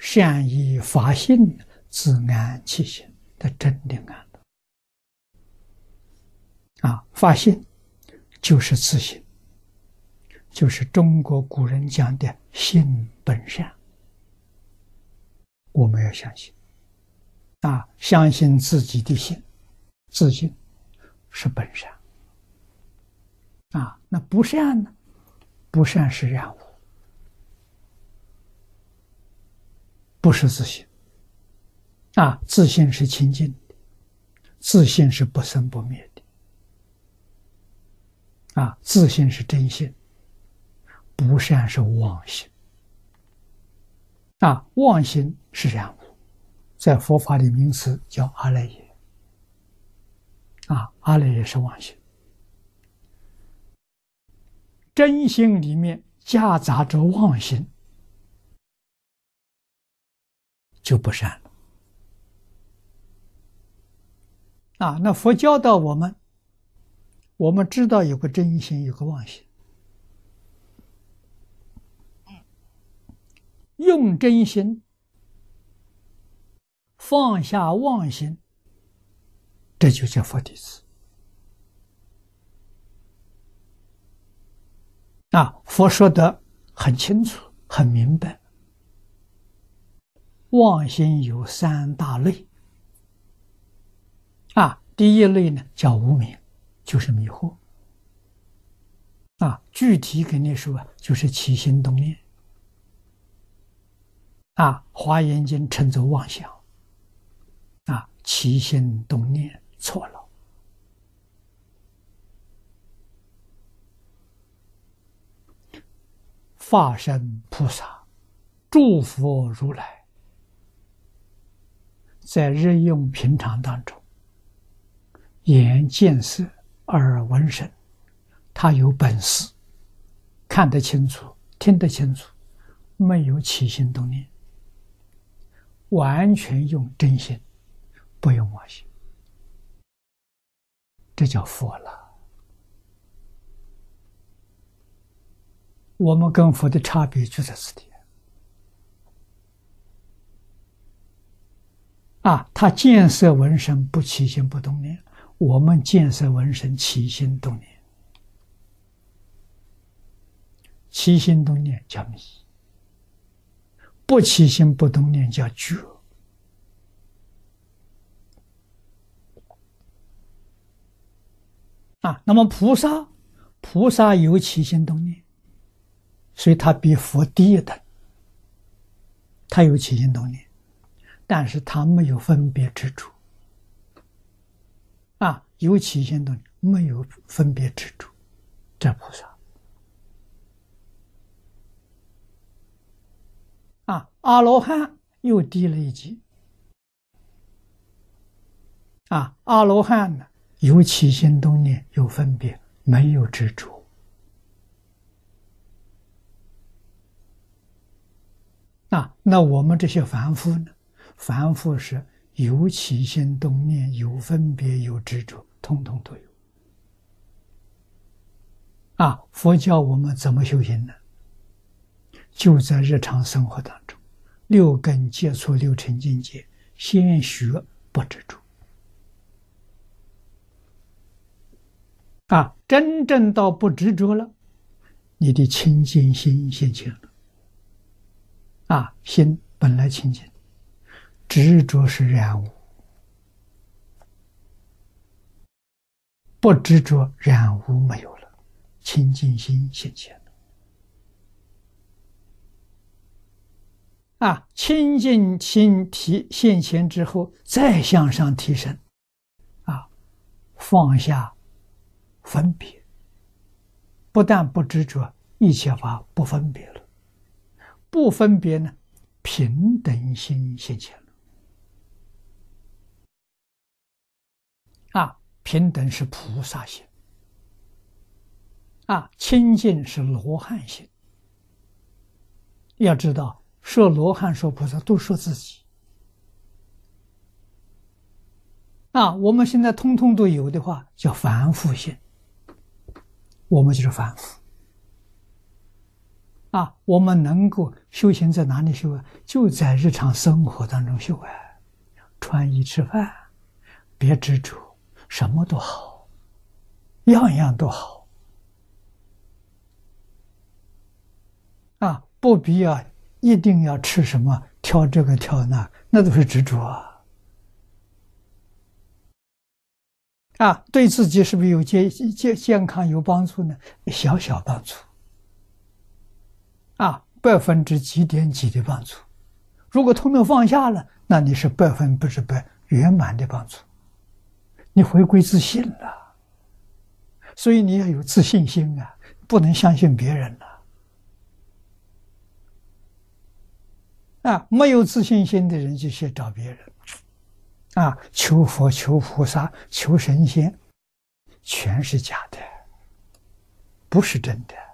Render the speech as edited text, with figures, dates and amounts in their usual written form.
善以法性，自安其心，他真的安了。法性就是自性，就是中国古人讲的性本善。我们要相信，相信自己的性，自性是本善。那不善呢？不善是染污，不是自性。自性是清净的，自性是不生不灭的。自性是真性，不善是妄心。妄心是染污，在佛法里名词叫阿赖耶。阿赖耶是妄心。真心里面夹杂着妄心，就不善了。那佛教导我们，我们知道有个真心，有个妄心，用真心放下妄心，这就叫佛弟子。佛说的很清楚很明白，妄心有三大类。第一类呢叫无明，就是迷惑。具体跟你说就是起心动念。华严经称作妄想。起心动念错了。法身菩萨、诸佛如来，在日用平常当中，眼见色，耳闻声，他有本事，看得清楚，听得清楚，没有起心动念，完全用真心，不用妄心，这叫佛了。我们跟佛的差别就在此地。他见色闻声不起心不动念，我们见色闻声起心动念。起心动念叫迷，不起心不动念叫觉。那么菩萨有起心动念，所以他比佛低一等，他有起心动念，但是他没有分别执着。有起心动念，没有分别执着，这菩萨。阿罗汉又低了一级。阿罗汉呢，有起心动念，有分别，没有执着。那我们这些凡夫呢？凡夫是有起心动念，有分别，有执着，统统都有。佛教我们怎么修行呢？就在日常生活当中，六根接触六尘境界，先学不执着。真正到不执着了，你的清净心现前了。心本来清净，执着是染污，不执着染污没有了，清净心现前了。清净心现前之后，再向上提升。放下分别，不但不执着，一切法不分别了。不分别呢，平等心现前了。平等是菩萨心。清净是罗汉心。要知道，说罗汉说菩萨都说自己。我们现在通通都有的话，叫凡夫心。我们就是凡夫。 我们能够修行在哪里修啊？就在日常生活当中修啊，穿衣吃饭，别执着，什么都好，样样都好不必要一定要吃什么，挑这个挑那，那都是执着对自己是不是有健康有帮助呢？小小帮助百分之几点几的帮助。如果通通放下了，那你是100%圆满的帮助，你回归自信了。所以你要有自信心不能相信别人了没有自信心的人就去找别人求佛求菩萨求神仙，全是假的，不是真的。